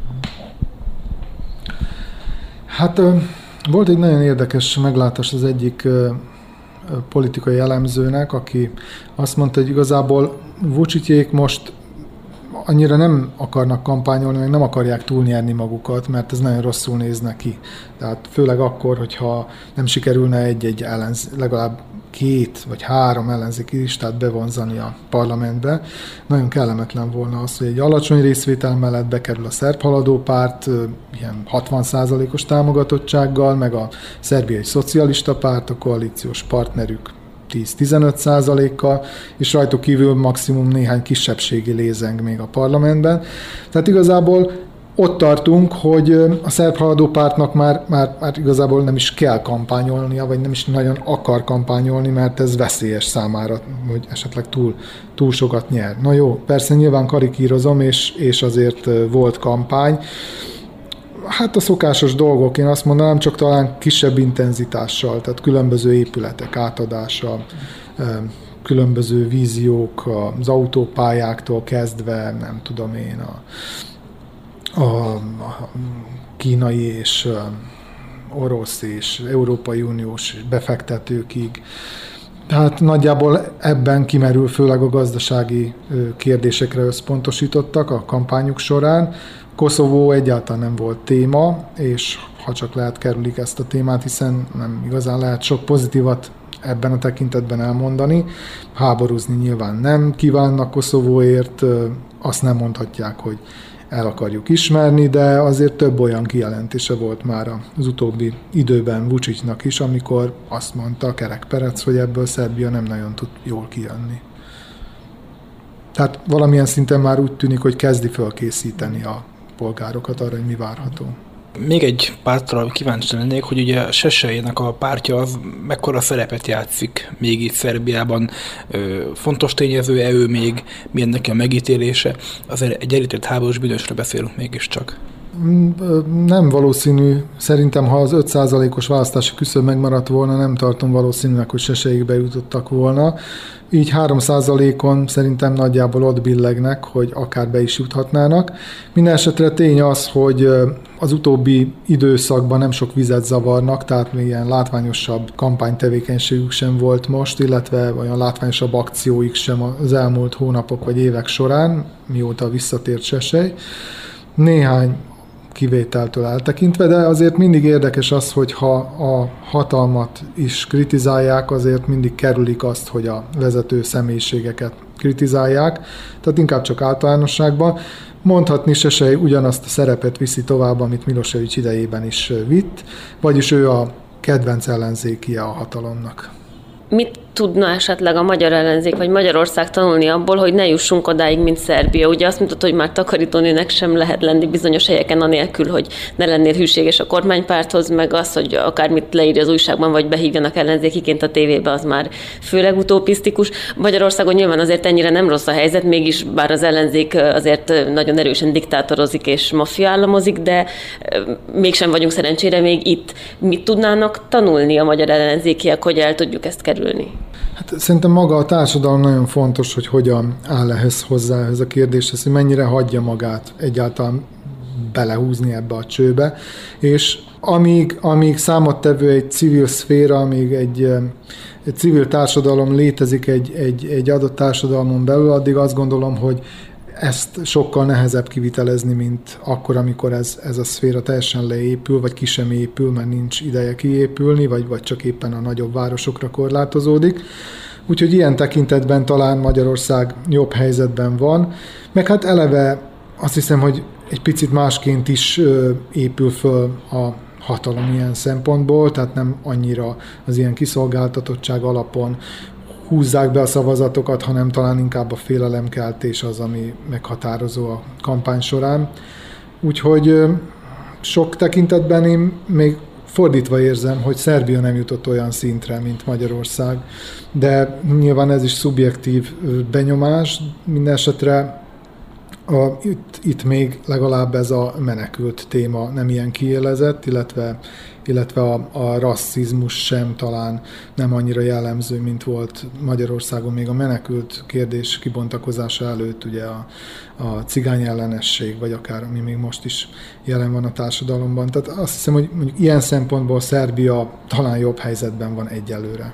Hát volt egy nagyon érdekes meglátás az egyik politikai elemzőnek, aki azt mondta, hogy igazából Vučićék most annyira nem akarnak kampányolni, meg nem akarják túlnyerni magukat, mert ez nagyon rosszul néz neki. Tehát főleg akkor, hogyha nem sikerülne egy-egy ellenz, legalább két vagy három ellenzéki listát bevonzani a parlamentbe. Nagyon kellemetlen volna az, hogy egy alacsony részvétel mellett bekerül a szerb haladó párt, ilyen hatvan százalékos támogatottsággal, meg a szerbiai szocialista párt, a koalíciós partnerük tíz-tizenöt százalékkal, és rajtuk kívül maximum néhány kisebbségi lézeng még a parlamentben. Tehát igazából ott tartunk, hogy a szerb haladó pártnak már, már, már igazából nem is kell kampányolnia, vagy nem is nagyon akar kampányolni, mert ez veszélyes számára, hogy esetleg túl, túl sokat nyer. Na jó, persze nyilván karikírozom, és, és azért volt kampány. Hát a szokásos dolgok, én azt mondanám, csak talán kisebb intenzitással, tehát különböző épületek átadása, különböző víziók, az autópályáktól kezdve, nem tudom én, a, a, a kínai és orosz és Európai Uniós befektetőkig. Tehát nagyjából ebben kimerül, főleg a gazdasági kérdésekre összpontosítottak a kampányuk során. Koszovó egyáltalán nem volt téma, és ha csak lehet, kerülik ezt a témát, hiszen nem igazán lehet sok pozitívat ebben a tekintetben elmondani. Háborúzni nyilván nem kívánnak Koszovóért, azt nem mondhatják, hogy el akarjuk ismerni, de azért több olyan kijelentése volt már az utóbbi időben Vučićnak is, amikor azt mondta Kerek Perec, hogy ebből Szerbia nem nagyon tud jól kijönni. Tehát valamilyen szinten már úgy tűnik, hogy kezdi fölkészíteni a polgárokat arra, hogy mi várható. Még egy pártra kíváncsi lennék, hogy ugye Šešeljének a pártja az mekkora szerepet játszik még itt Szerbiában. Fontos tényező-e ő még, milyen neki a megítélése? Azért egy elítélt háborús bűnösről beszélünk mégiscsak. Nem valószínű. Szerintem, ha az öt százalékos választási küszöb megmaradt volna, nem tartom valószínűleg, hogy Seseig bejutottak volna. Így három százalékon szerintem nagyjából ott billegnek, hogy akár be is juthatnának. Minden esetre tény az, hogy az utóbbi időszakban nem sok vizet zavarnak, tehát még ilyen látványosabb kampánytevékenységük sem volt most, illetve olyan látványosabb akcióik sem az elmúlt hónapok vagy évek során, mióta visszatért Sesej. Néhány kivételtől eltekintve, de azért mindig érdekes az, hogy ha a hatalmat is kritizálják, azért mindig kerülik azt, hogy a vezető személyiségeket kritizálják, tehát inkább csak általánosságban. Mondhatni Sesej ugyanazt a szerepet viszi tovább, amit Milosevic idejében is vitt, vagyis ő a kedvenc ellenzékije a hatalomnak. Mit tudna esetleg a magyar ellenzék vagy Magyarország tanulni abból, hogy ne jussunk odáig, mint Szerbia? Ugye azt mondtad, hogy már takarítónőnek sem lehet lenni bizonyos helyeken anélkül, hogy ne lennél hűséges a kormánypárthoz, meg az, hogy akármit leírja az újságban, vagy behívjanak ellenzékiként a tévébe, az már főleg utopisztikus. Magyarországon nyilván azért ennyire nem rossz a helyzet, mégis bár az ellenzék azért nagyon erősen diktátorozik és maffiaállamozik, de mégsem vagyunk szerencsére még itt. Mit tudnának tanulni a magyar ellenzékiek, hogy el tudjuk ezt kerülni? Hát szerintem maga a társadalom nagyon fontos, hogy hogyan áll ehhez hozzá, ehhez a kérdéshez, hogy mennyire hagyja magát egyáltalán belehúzni ebbe a csőbe, és amíg, amíg számottevő egy civil szféra, amíg egy, egy civil társadalom létezik egy, egy, egy adott társadalmon belül, addig azt gondolom, hogy ezt sokkal nehezebb kivitelezni, mint akkor, amikor ez, ez a szféra teljesen leépül, vagy ki sem épül, mert nincs ideje kiépülni, vagy, vagy csak éppen a nagyobb városokra korlátozódik. Úgyhogy ilyen tekintetben talán Magyarország jobb helyzetben van, meg hát eleve azt hiszem, hogy egy picit másként is épül föl a hatalom ilyen szempontból, tehát nem annyira az ilyen kiszolgáltatottság alapon húzzák be a szavazatokat, hanem talán inkább a félelemkeltés az, ami meghatározó a kampány során. Úgyhogy sok tekintetben én még fordítva érzem, hogy Szerbia nem jutott olyan szintre, mint Magyarország, de nyilván ez is szubjektív benyomás, minden esetre a, itt, itt még legalább ez a menekült téma nem ilyen kiélezett, illetve, illetve a, a rasszizmus sem talán nem annyira jellemző, mint volt Magyarországon még a menekült kérdés kibontakozása előtt, ugye a, a cigány ellenesség, vagy akár ami még most is jelen van a társadalomban. Tehát azt hiszem, hogy mondjuk ilyen szempontból Szerbia talán jobb helyzetben van egyelőre.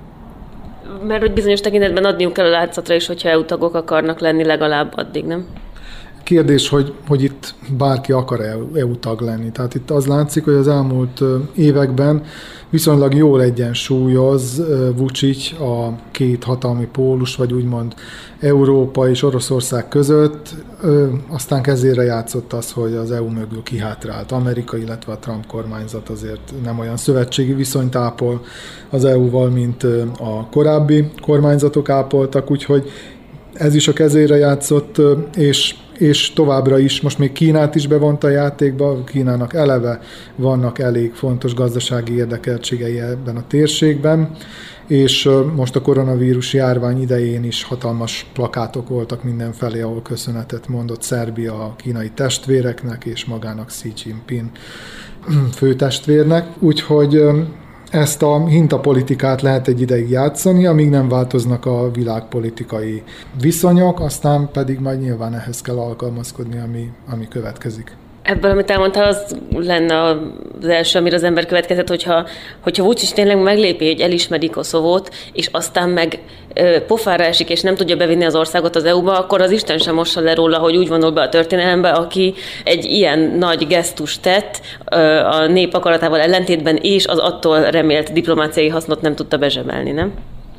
Mert hogy bizonyos tekintetben adniuk kell a látszatra is, hogyha é u tagok akarnak lenni legalább addig, nem? Kérdés, hogy, hogy itt bárki akar-e é u tag lenni. Tehát itt az látszik, hogy az elmúlt években viszonylag jól egyensúlyoz Vučić a két hatalmi pólus, vagy úgymond Európa és Oroszország között. Aztán kezére játszott az, hogy az é u mögül kihátrált Amerika, illetve a Trump kormányzat azért nem olyan szövetségi viszonyt ápol az é u-val, mint a korábbi kormányzatok ápoltak, úgyhogy ez is a kezére játszott, és, és továbbra is, most még Kínát is bevonta a játékba, Kínának eleve vannak elég fontos gazdasági érdekeltségei ebben a térségben, és most a koronavírus járvány idején is hatalmas plakátok voltak mindenfelé, ahol köszönetet mondott Szerbia a kínai testvéreknek, és magának Xi Jinping főtestvérnek, úgyhogy ezt a hintapolitikát lehet egy ideig játszani, amíg nem változnak a világpolitikai viszonyok, aztán pedig majd nyilván ehhez kell alkalmazkodni, ami, ami következik. Ebből, amit elmondtál, az lenne az első, amire az ember következett, hogyha, hogyha Vučić tényleg meglépi, hogy elismeri Koszovót, és aztán meg ö, pofára esik, és nem tudja bevinni az országot az é u-ba, akkor az Isten sem mossa le róla, hogy úgy vonul be a történelembe, aki egy ilyen nagy gesztust tett ö, a nép akaratával ellentétben, és az attól remélt diplomáciai hasznot nem tudta bezsebelni, nem?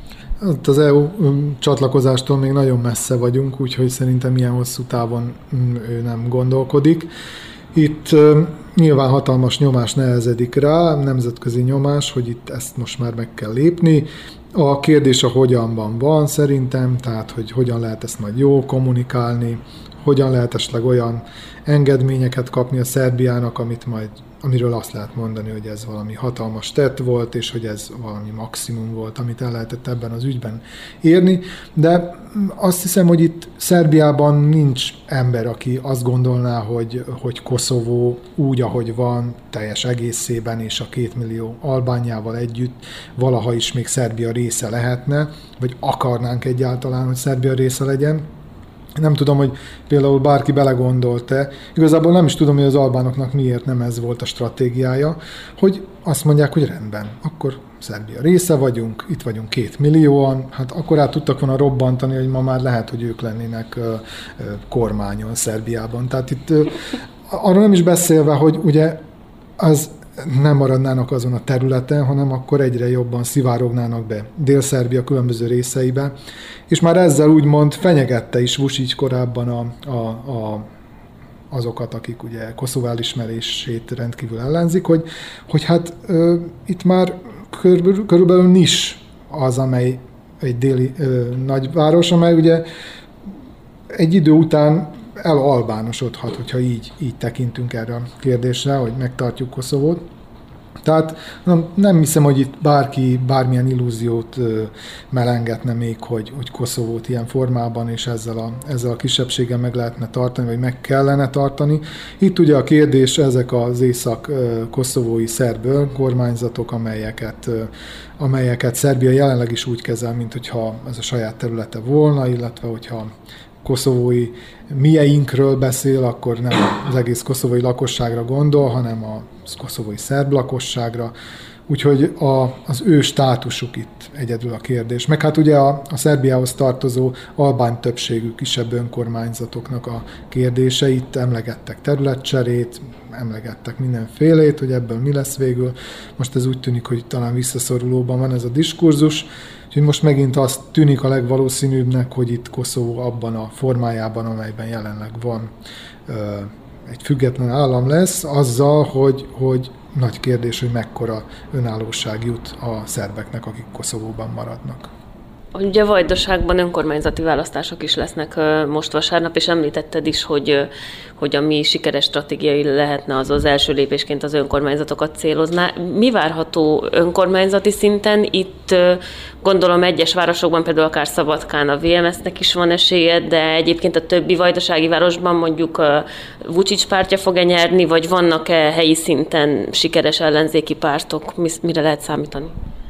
Az é u csatlakozástól még nagyon messze vagyunk, úgyhogy szerintem ilyen hosszú távon ő nem gondolkodik. Itt nyilván hatalmas nyomás nehezedik rá, nemzetközi nyomás, hogy itt ezt most már meg kell lépni. A kérdés a hogyanban van szerintem, tehát hogy hogyan lehet ezt majd jól kommunikálni, hogyan lehet esetleg olyan engedményeket kapni a Szerbiának, amit majd, amiről azt lehet mondani, hogy ez valami hatalmas tett volt, és hogy ez valami maximum volt, amit el lehetett ebben az ügyben érni. De azt hiszem, hogy itt Szerbiában nincs ember, aki azt gondolná, hogy, hogy Koszovó úgy, ahogy van, teljes egészében, és a két millió albánjával együtt valaha is még Szerbia része lehetne, vagy akarnánk egyáltalán, hogy Szerbia része legyen. Nem tudom, hogy például bárki belegondolt-e, igazából nem is tudom, hogy az albánoknak miért nem ez volt a stratégiája, hogy azt mondják, hogy rendben, akkor Szerbia része vagyunk, itt vagyunk két millióan, hát akkor át tudtak volna robbantani, hogy ma már lehet, hogy ők lennének uh, uh, kormányon Szerbiában. Tehát itt uh, arról nem is beszélve, hogy ugye az nem maradnának azon a területen, hanem akkor egyre jobban szivárognának be Dél-Szerbia különböző részeibe, és már ezzel úgymond fenyegette is Vučić korábban a, a, a, azokat, akik ugye Koszovó elismerését rendkívül ellenzik, hogy, hogy hát ö, itt már körülbelül, körülbelül Nis az, amely egy déli ö, nagyváros, amely ugye egy idő után elalbánosodhat, hogyha így, így tekintünk erre a kérdésre, hogy megtartjuk Koszovót. Tehát nem, nem hiszem, hogy itt bárki bármilyen illúziót ö, melengetne még, hogy, hogy Koszovót ilyen formában és ezzel a, ezzel a kisebbséggel meg lehetne tartani, vagy meg kellene tartani. Itt ugye a kérdés ezek az észak-koszovói szerb kormányzatok, amelyeket, ö, amelyeket Szerbia jelenleg is úgy kezel, mint hogyha ez a saját területe volna, illetve hogyha koszovói mieinkről beszél, akkor nem az egész koszovói lakosságra gondol, hanem a koszovói szerb lakosságra. Úgyhogy a, az ő státusuk itt egyedül a kérdés. Meg hát ugye a, a Szerbiához tartozó albán többségű kisebb önkormányzatoknak a kérdése. Itt emlegettek területcserét, emlegettek mindenfélét, hogy ebből mi lesz végül. Most ez úgy tűnik, hogy talán visszaszorulóban van ez a diskurzus. Úgyhogy most megint azt tűnik a legvalószínűbbnek, hogy itt Koszovó abban a formájában, amelyben jelenleg van, egy független állam lesz, azzal, hogy, hogy nagy kérdés, hogy mekkora önállóság jut a szerbeknek, akik Koszovóban maradnak. Ugye Vajdaságban önkormányzati választások is lesznek most vasárnap, és említetted is, hogy, hogy a mi sikeres stratégiai lehetne az az első lépésként az önkormányzatokat célozná. Mi várható önkormányzati szinten? Itt gondolom egyes városokban, például akár Szabadkán a vé em es-nek is van esélye, de egyébként a többi vajdasági városban mondjuk a Vučić pártja fog-e nyerni, vagy vannak-e helyi szinten sikeres ellenzéki pártok? Mire lehet számítani?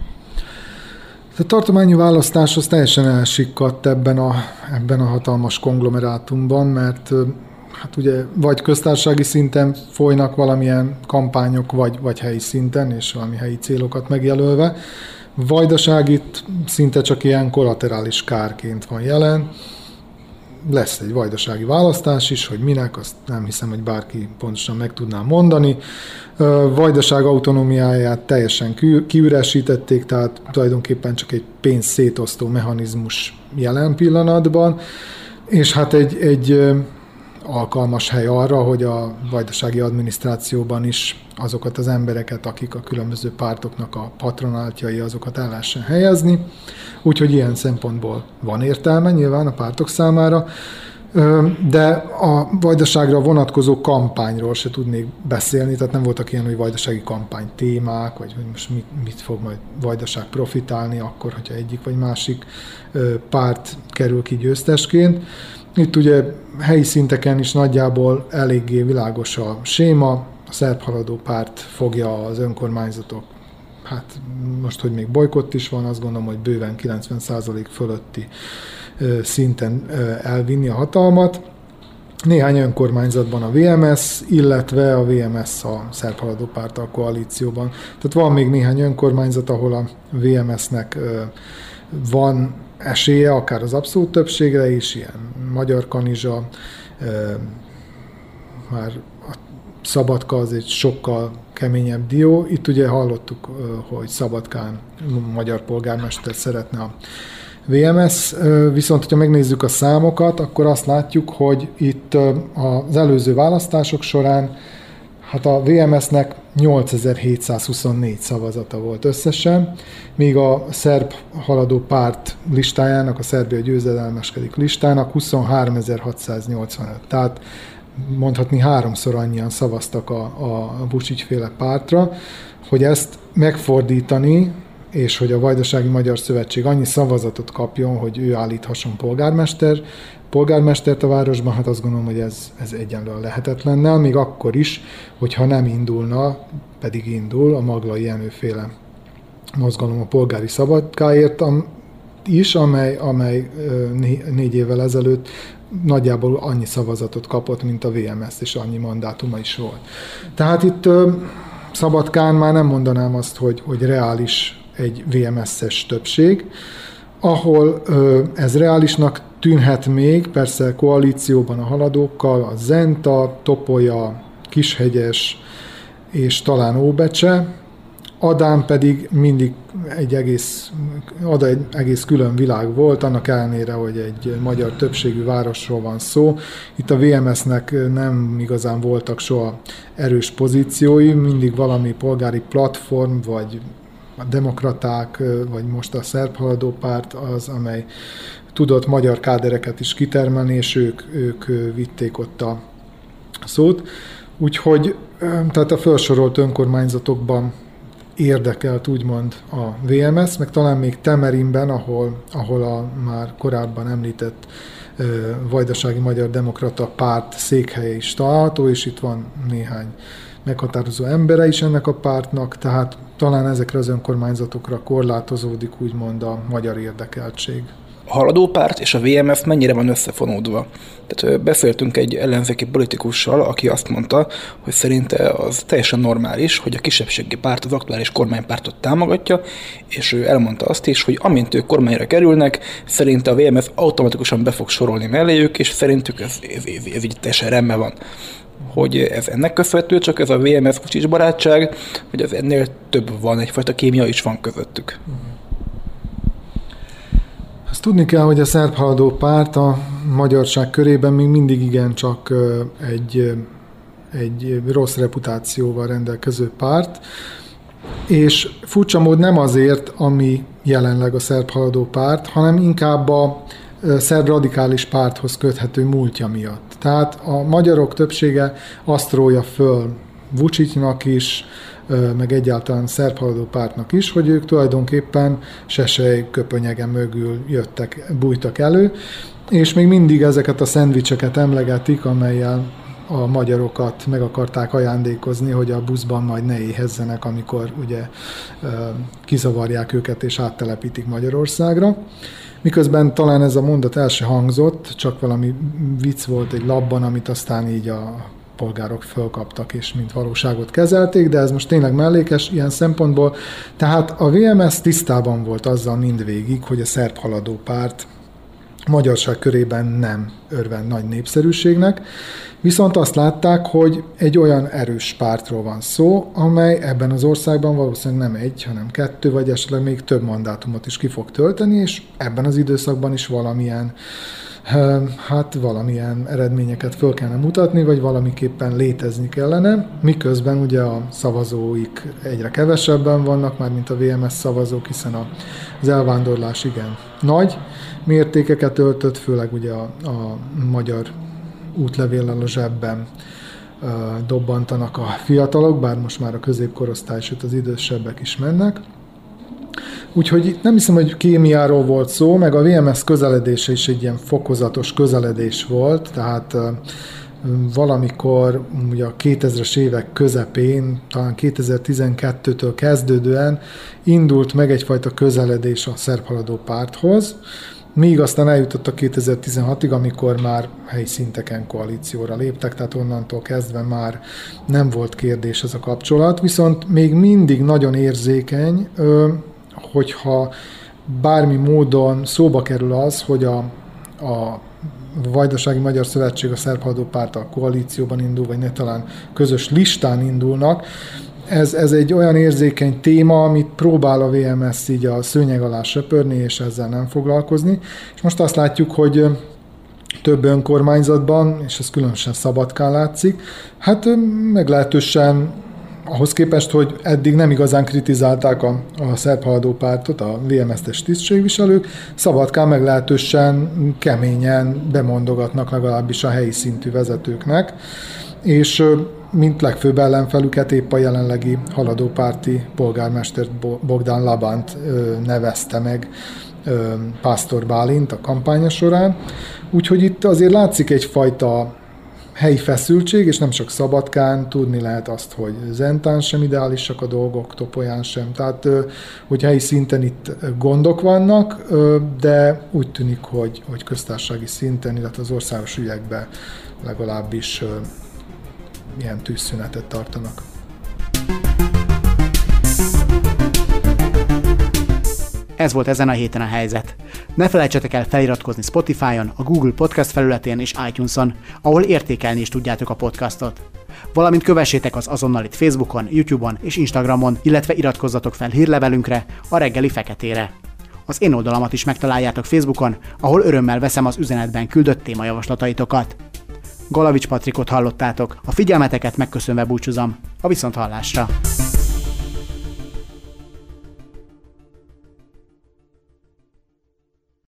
A tartományi választás az teljesen elsikkadt ebben a, ebben a hatalmas konglomerátumban, mert hát ugye vagy köztársasági szinten folynak valamilyen kampányok, vagy, vagy helyi szinten, és valami helyi célokat megjelölve. Vajdaság itt szinte csak ilyen kollaterális kárként van jelen. Lesz egy vajdasági választás is, hogy minek, azt nem hiszem, hogy bárki pontosan meg tudná mondani. Vajdaság autonómiáját teljesen kiüresítették, tehát tulajdonképpen csak egy pénz szétosztó mechanizmus jelen pillanatban, és hát egy, egy alkalmas hely arra, hogy a vajdasági adminisztrációban is azokat az embereket, akik a különböző pártoknak a patronáltjai, azokat el lehessen helyezni. Úgyhogy ilyen szempontból van értelme nyilván a pártok számára, de a Vajdaságra vonatkozó kampányról se tudnék beszélni, tehát nem voltak ilyen, hogy vajdasági kampány témák, vagy hogy most mit, mit fog majd Vajdaság profitálni akkor, hogyha egyik vagy másik párt kerül ki győztesként. Itt ugye helyi szinteken is nagyjából eléggé világos a séma, a szerb haladó párt fogja az önkormányzatok, hát most, hogy még bolykott is van, azt gondolom, hogy bőven kilencven százalék fölötti szinten elvinni a hatalmat. Néhány önkormányzatban a vé em es, illetve a vé em es a szerb haladó párttal koalícióban. Tehát van még néhány önkormányzat, ahol a vé em es-nek van esélye, akár az abszolút többségre is, ilyen Magyar Kanizsa, már a Szabadka az egy sokkal keményebb dió. Itt ugye hallottuk, hogy Szabadkán magyar polgármester szeretne a vé em es, viszont hogyha megnézzük a számokat, akkor azt látjuk, hogy itt az előző választások során Hát a vé em es-nek nyolcezer-hétszázhuszonnégy szavazata volt összesen, míg a szerb haladó párt listájának, a Szerbia győzedelmeskedik listának huszonháromezer-hatszáznyolcvanöt. Tehát mondhatni háromszor annyian szavaztak a, a Vučić-féle pártra, hogy ezt megfordítani, és hogy a Vajdasági Magyar Szövetség annyi szavazatot kapjon, hogy ő állíthasson polgármester, polgármestert a városban, hát azt gondolom, hogy ez, ez egyenlően lehetetlennel, még akkor is, hogyha nem indulna, pedig indul a Maglai Jenőféle mozgalom a polgári szabadkáért is, amely, amely négy évvel ezelőtt nagyjából annyi szavazatot kapott, mint a vé em es, és annyi mandátuma is volt. Tehát itt Szabadkán már nem mondanám azt, hogy, hogy reális egy vé em es-es többség, ahol ez reálisnak tűnhet még, persze koalícióban a haladókkal, a Zenta, Topolya, Kishegyes és talán Óbecse, Adán pedig mindig egy egész, Ada egy egész külön világ volt, annak ellenére, hogy egy magyar többségű városról van szó. Itt a vé em es-nek nem igazán voltak soha erős pozíciói, mindig valami polgári platform, vagy a demokraták, vagy most a szerb haladó párt az, amely tudott magyar kádereket is kitermelni, és ők, ők vitték ott a szót. Úgyhogy tehát a felsorolt önkormányzatokban érdekelt úgymond a vé em es, meg talán még Temerinben, ahol, ahol a már korábban említett uh, Vajdasági Magyar Demokrata Párt székhelye is található, és itt van néhány meghatározó embere is ennek a pártnak, tehát talán ezekre az önkormányzatokra korlátozódik úgymond a magyar érdekeltség. A haladó párt és a vé em es mennyire van összefonódva? Tehát beszéltünk egy ellenzéki politikussal, aki azt mondta, hogy szerinte az teljesen normális, hogy a kisebbségi párt az aktuális kormánypártot támogatja, és ő elmondta azt is, hogy amint ők kormányra kerülnek, szerinte a vé em es automatikusan be fog sorolni melléjük, és szerintük ez, ez, ez, ez így teljesen rendben van. Hogy ez ennek köszönhető, csak ez a vé em es Vučić barátság, hogy az ennél több van, egyfajta kémia is van közöttük. Azt tudni kell, hogy a szerb haladó párt a magyarság körében még mindig igencsak egy, egy rossz reputációval rendelkező párt, és furcsa mód nem azért, ami jelenleg a szerb haladó párt, hanem inkább a szerb radikális párthoz köthető múltja miatt. Tehát a magyarok többsége azt rója föl Vučićnak is, meg egyáltalán szerb haladó pártnak is, hogy ők tulajdonképpen Sesej köpönyege mögül jöttek, bújtak elő, és még mindig ezeket a szendvicseket emlegetik, amellyel a magyarokat meg akarták ajándékozni, hogy a buszban majd ne éhezzenek, amikor ugye kizavarják őket és áttelepítik Magyarországra. Miközben talán ez a mondat el se hangzott, csak valami vicc volt egy labban, amit aztán így a polgárok fölkaptak, és mint valóságot kezelték, de ez most tényleg mellékes ilyen szempontból. Tehát a vé em es tisztában volt azzal mindvégig, hogy a szerb haladó párt magyarság körében nem örvend nagy népszerűségnek, viszont azt látták, hogy egy olyan erős pártról van szó, amely ebben az országban valószínűleg nem egy, hanem kettő, vagy esetleg még több mandátumot is ki fog tölteni, és ebben az időszakban is valamilyen hát valamilyen eredményeket föl kellene mutatni, vagy valamiképpen létezni kellene, miközben ugye a szavazóik egyre kevesebben vannak, már mint a vé em es szavazók, hiszen az elvándorlás igen nagy mértékeket öltött, főleg ugye a, a magyar útlevéllel a zsebben dobbantanak a fiatalok, bár most már a középkorosztály, sőt az idősebbek is mennek. Úgyhogy itt nem hiszem, hogy kémiáról volt szó, meg a vé em es közeledése is egy ilyen fokozatos közeledés volt, tehát valamikor ugye a kétezres évek közepén, talán kétezer-tizenkettőtől kezdődően indult meg egyfajta közeledés a szerb haladó párthoz, míg aztán eljutottak kétezer-tizenhatig, amikor már helyi szinteken koalícióra léptek, tehát onnantól kezdve már nem volt kérdés ez a kapcsolat, viszont még mindig nagyon érzékeny, hogyha bármi módon szóba kerül az, hogy a, a Vajdasági Magyar Szövetség a szerb haladó párttal koalícióban indul, vagy ne talán közös listán indulnak, ez, ez egy olyan érzékeny téma, amit próbál a vé em es így a szőnyeg alá söpörni, és ezzel nem foglalkozni. És most azt látjuk, hogy több önkormányzatban, és ez különösen Szabadkán látszik, hát meglehetősen ahhoz képest, hogy eddig nem igazán kritizálták a, a szerb haladó pártot, a vé em es-es tisztségviselők, Szabadkán meglehetősen keményen bemondogatnak legalábbis a helyi szintű vezetőknek, és mint legfőbb ellenfelüket épp a jelenlegi haladópárti polgármestert Bogdan Labant nevezte meg Pásztor Bálint a kampánya során. Úgyhogy itt azért látszik egyfajta helyi feszültség, és nem csak Szabadkán, tudni lehet azt, hogy Zentán sem ideálisak a dolgok, Topolyán sem. Tehát, hogy helyi szinten itt gondok vannak, de úgy tűnik, hogy, hogy köztársasági szinten, illetve az országos ügyekben legalábbis ilyen tűzszünetet tartanak. Ez volt ezen a héten a helyzet. Ne felejtsetek el feliratkozni Spotify-on, a Google Podcast felületén és iTunes-on, ahol értékelni is tudjátok a podcastot. Valamint kövessétek az Azonnalit Facebookon, YouTube-on és Instagramon, illetve iratkozzatok fel hírlevelünkre, a Reggeli Feketére. Az én oldalamat is megtaláljátok Facebookon, ahol örömmel veszem az üzenetben küldött témajavaslataitokat. Galavics Patrikot hallottátok, a figyelmeteket megköszönve búcsúzom, a viszonthallásra!